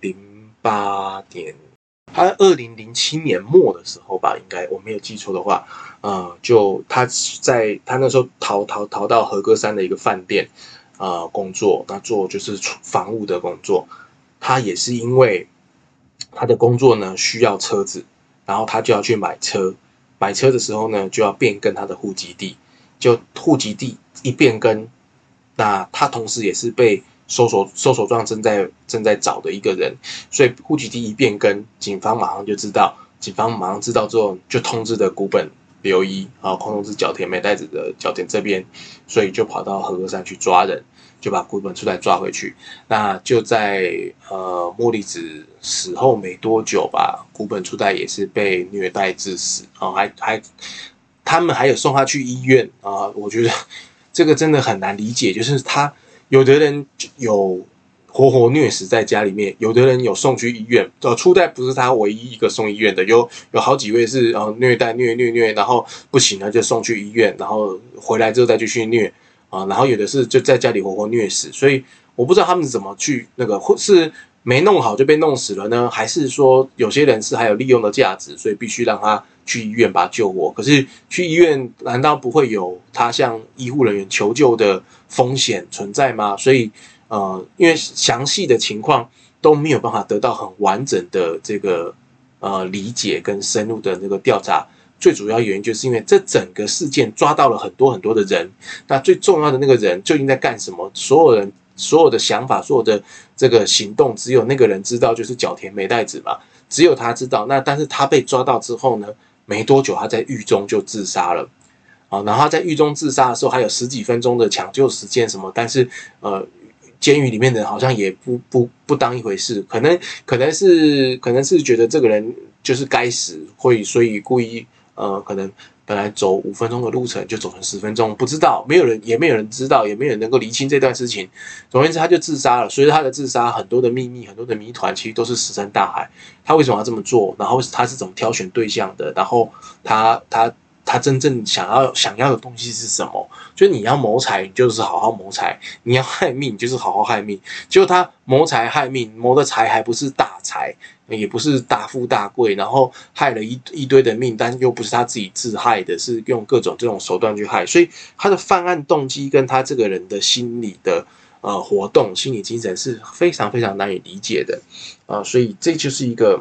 2008年。他2007年末的时候吧，应该我没有记错的话，就他那时候逃到和歌山的一个饭店工作，那做就是房务的工作。他也是因为他的工作呢需要车子，然后他就要去买车。买车的时候呢，就要变更他的户籍地，就户籍地一变更，那他同时也是被搜索状正在找的一个人，所以户籍地一变更，警方马上知道之后，就通知了古本留一通知角田美代子的角田这边，所以就跑到和歌山去抓人，就把古本初代抓回去。那就在莫莉子死后没多久吧，古本初代也是被虐待致死他们还有送他去医院我觉得这个真的很难理解，就是他有的人有活活虐死在家里面，有的人有送去医院。初代不是他唯一一个送医院的，有好几位是虐待虐，然后不行了就送去医院，然后回来之后再继续虐然后有的是就在家里活活虐死。所以我不知道他们怎么去那个，或是没弄好就被弄死了呢，还是说有些人是还有利用的价值，所以必须让他去医院把他救活。可是去医院难道不会有他向医护人员求救的风险存在吗？所以因为详细的情况都没有办法得到很完整的这个理解跟深入的这个调查。最主要原因就是因为这整个事件抓到了很多很多的人，那最重要的那个人究竟在干什么？所有的想法，所有的这个行动，只有那个人知道，就是角田美代子嘛，只有他知道。那但是他被抓到之后呢，没多久他在狱中就自杀了。然后他在狱中自杀的时候还有10几分钟的抢救时间什么，但是监狱里面的人好像也不当一回事，可能是觉得这个人就是该死，所以故意可能本来走5分钟的路程就走成10分钟，不知道，也没有人知道，也没有人能够厘清这段事情。总而言之，他就自杀了。随着他的自杀，很多的秘密、很多的谜团，其实都是石沉大海。他为什么要这么做？然后他是怎么挑选对象的？然后他真正想要的东西是什么？就是你要谋财，你就是好好谋财；你要害命，你就是好好害命。结果他谋财害命，谋的财还不是大财，也不是大富大贵，然后害了一堆的命，但又不是他自己自害的，是用各种这种手段去害。所以他的犯案动机跟他这个人的心理的活动、心理精神是非常非常难以理解的所以这就是一个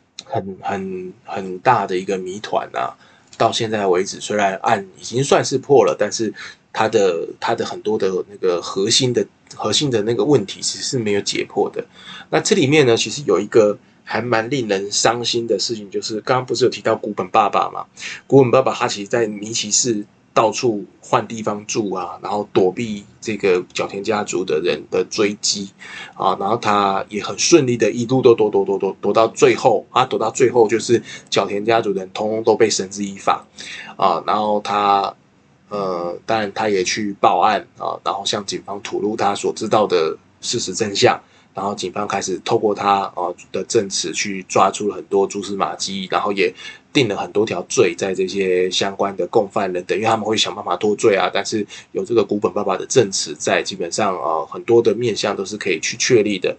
很大的一个谜团到现在为止，虽然案已经算是破了，但是它的很多的那个核心的那个问题其实是没有解破的。那这里面呢，其实有一个还蛮令人伤心的事情，就是刚刚不是有提到古本爸爸嘛？古本爸爸他其实在尼崎市到处换地方住然后躲避这个角田家族的人的追击然后他也很顺利的一路都躲到最后躲到最后就是角田家族的人通通都被绳之以法然后他当然他也去报案然后向警方吐露他所知道的事实真相。然后警方开始透过他的证词去抓出了很多蛛丝马迹，然后也定了很多条罪在这些相关的共犯人等，因为他们会想办法脱罪但是有这个古本爸爸的证词在，基本上很多的面向都是可以去确立的。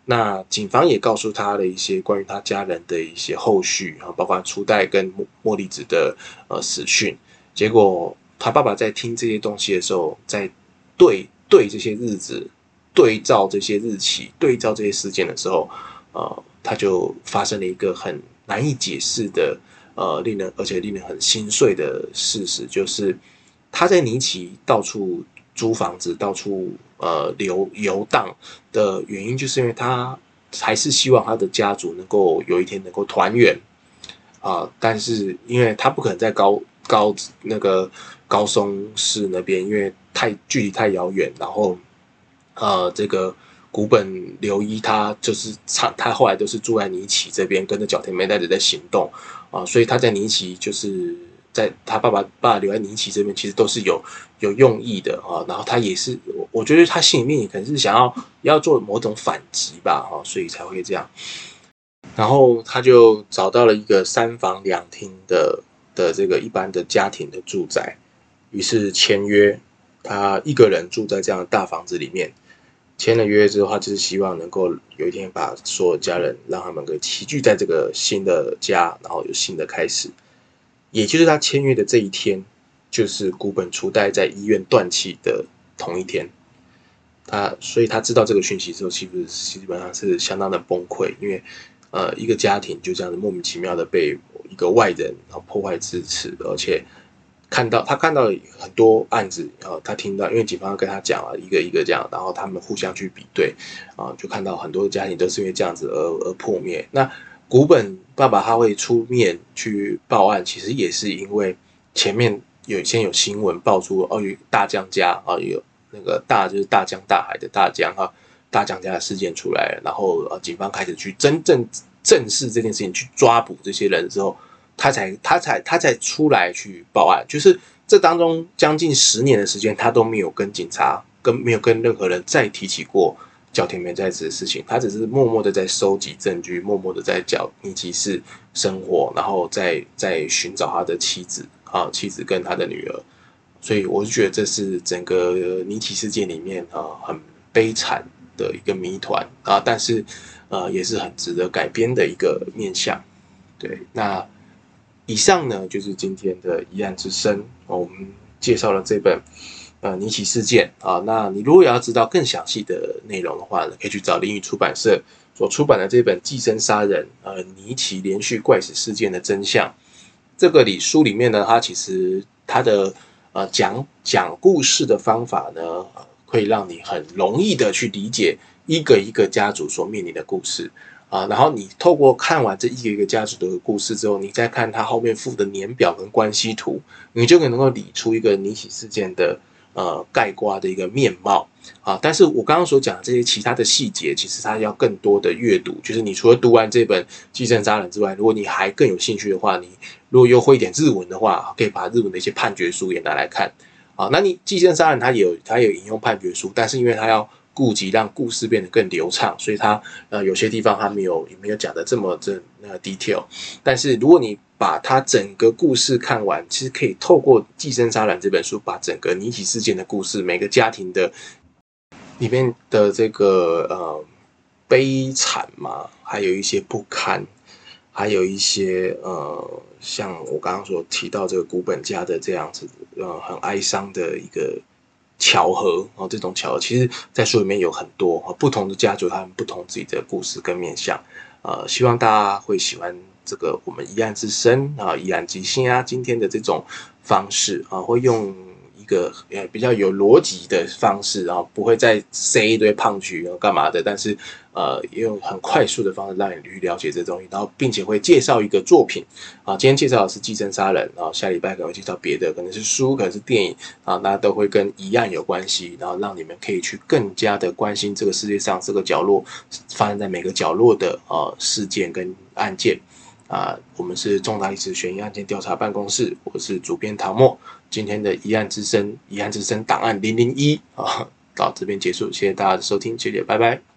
那警方也告诉他了一些关于他家人的一些后续啊，包括初代跟茉莉子的死讯。结果他爸爸在听这些东西的时候，在对这些日子、对照这些日期、对照这些事件的时候，他就发生了一个很难以解释的而且令人很心碎的事实，就是他在尼奇到处租房子、到处游荡的原因，就是因为他还是希望他的家族能够有一天能够团圆但是因为他不可能在高松市那边，因为距离太遥远，然后这个古本留一他后来都是住在尼奇这边，跟着角田美代子在行动所以他在尼奇就是在他爸爸留在尼奇这边，其实都是有用意的然后他也是，我觉得他心里面也可能是想要做某种反击吧所以才会这样。然后他就找到了一个3房2厅的这个一般的家庭的住宅，于是签约，他一个人住在这样的大房子里面。签了约之后，他就是希望能够有一天把所有家人让他们可以齐聚在这个新的家，然后有新的开始。也就是他签约的这一天，就是古本初代在医院断气的同一天。所以他知道这个讯息之后，基本上是相当的崩溃，因为一个家庭就这样子莫名其妙的被一个外人然后破坏支持，而且他看到很多案子他听到，因为警方跟他讲一个一个这样，然后他们互相去比对就看到很多家庭都是因为这样子而破灭。那古本爸爸他会出面去报案，其实也是因为前面先有新闻爆出有大江家有那个就是大江大海的大江大江家的事件出来了，然后警方开始去真正正视这件事情，去抓捕这些人之后，他才出来去报案。就是这当中将近10年的时间，他都没有跟警察没有跟任何人再提起过角田美代子的事情，他只是默默的在收集证据，默默的在尼奇市生活，然后在寻找他的妻子跟他的女儿。所以我就觉得这是整个尼奇事件里面很悲惨的一个谜团但是也是很值得改编的一个面向。对，那以上呢就是今天的疑案之声我们介绍了这本尼奇事件那你如果要知道更详细的内容的话呢，可以去找林语出版社所出版的这本《寄生杀人尼奇连续怪死事件的真相》。这个书里面呢，它其实它的讲故事的方法呢，会让你很容易的去理解一个一个家族所面临的故事然后你透过看完这一个一个家族的故事之后，你再看它后面附的年表跟关系图，你就能够理出一个尼奇事件的概括的一个面貌但是我刚刚所讲的这些其他的细节，其实它要更多的阅读。就是你除了读完这本《寄生杀人》之外，如果你还更有兴趣的话，你如果又会一点日文的话，可以把日文的一些判决书也拿来看那你《寄生杀人》它有引用判决书，但是因为它要顾及让故事变得更流畅，所以它有些地方它没有讲的这么detail。但是如果你把它整个故事看完，其实可以透过《寄生杀人》这本书，把整个尼奇事件的故事，每个家庭的里面的这个悲惨嘛，还有一些不堪，还有一些像我刚刚所提到这个古本家的这样子很哀伤的一个巧合这种巧合其实在书里面有很多不同的家族他们不同自己的故事跟面向希望大家会喜欢这个我们疑案之声疑案即兴今天的这种方式会用一个比较有逻辑的方式不会再塞一堆胖局干嘛的，但是也用很快速的方式让你去了解这东西，然后并且会介绍一个作品今天介绍的是《寄生杀人》下礼拜可能会介绍别的，可能是书，可能是电影那都会跟疑案有关系，然后让你们可以去更加的关心这个世界上这个角落发生在每个角落的事件跟案件我们是重大历史悬疑案件调查办公室，我是主编唐墨。今天的疑案之声档案001到这边结束，谢谢大家的收听，谢谢，拜拜。